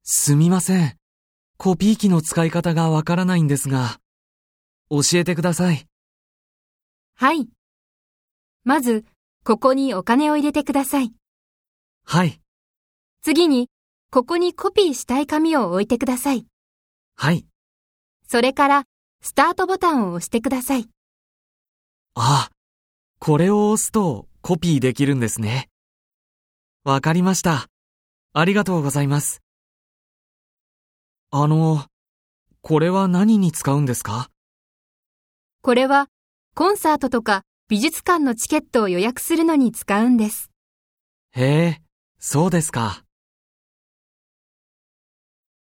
すみません。コピー機の使い方がわからないんですが、教えてください。 はい。まず、ここにお金を入れてください。 はい。 次に、ここにコピーしたい紙を置いてください。 はい。 それから、スタートボタンを押してください。 あ、これを押すとコピーできるんですね。わかりました。ありがとうございます。これは何に使うんですか？ これは、コンサートとか美術館のチケットを予約するのに使うんです。 へえ、そうですか。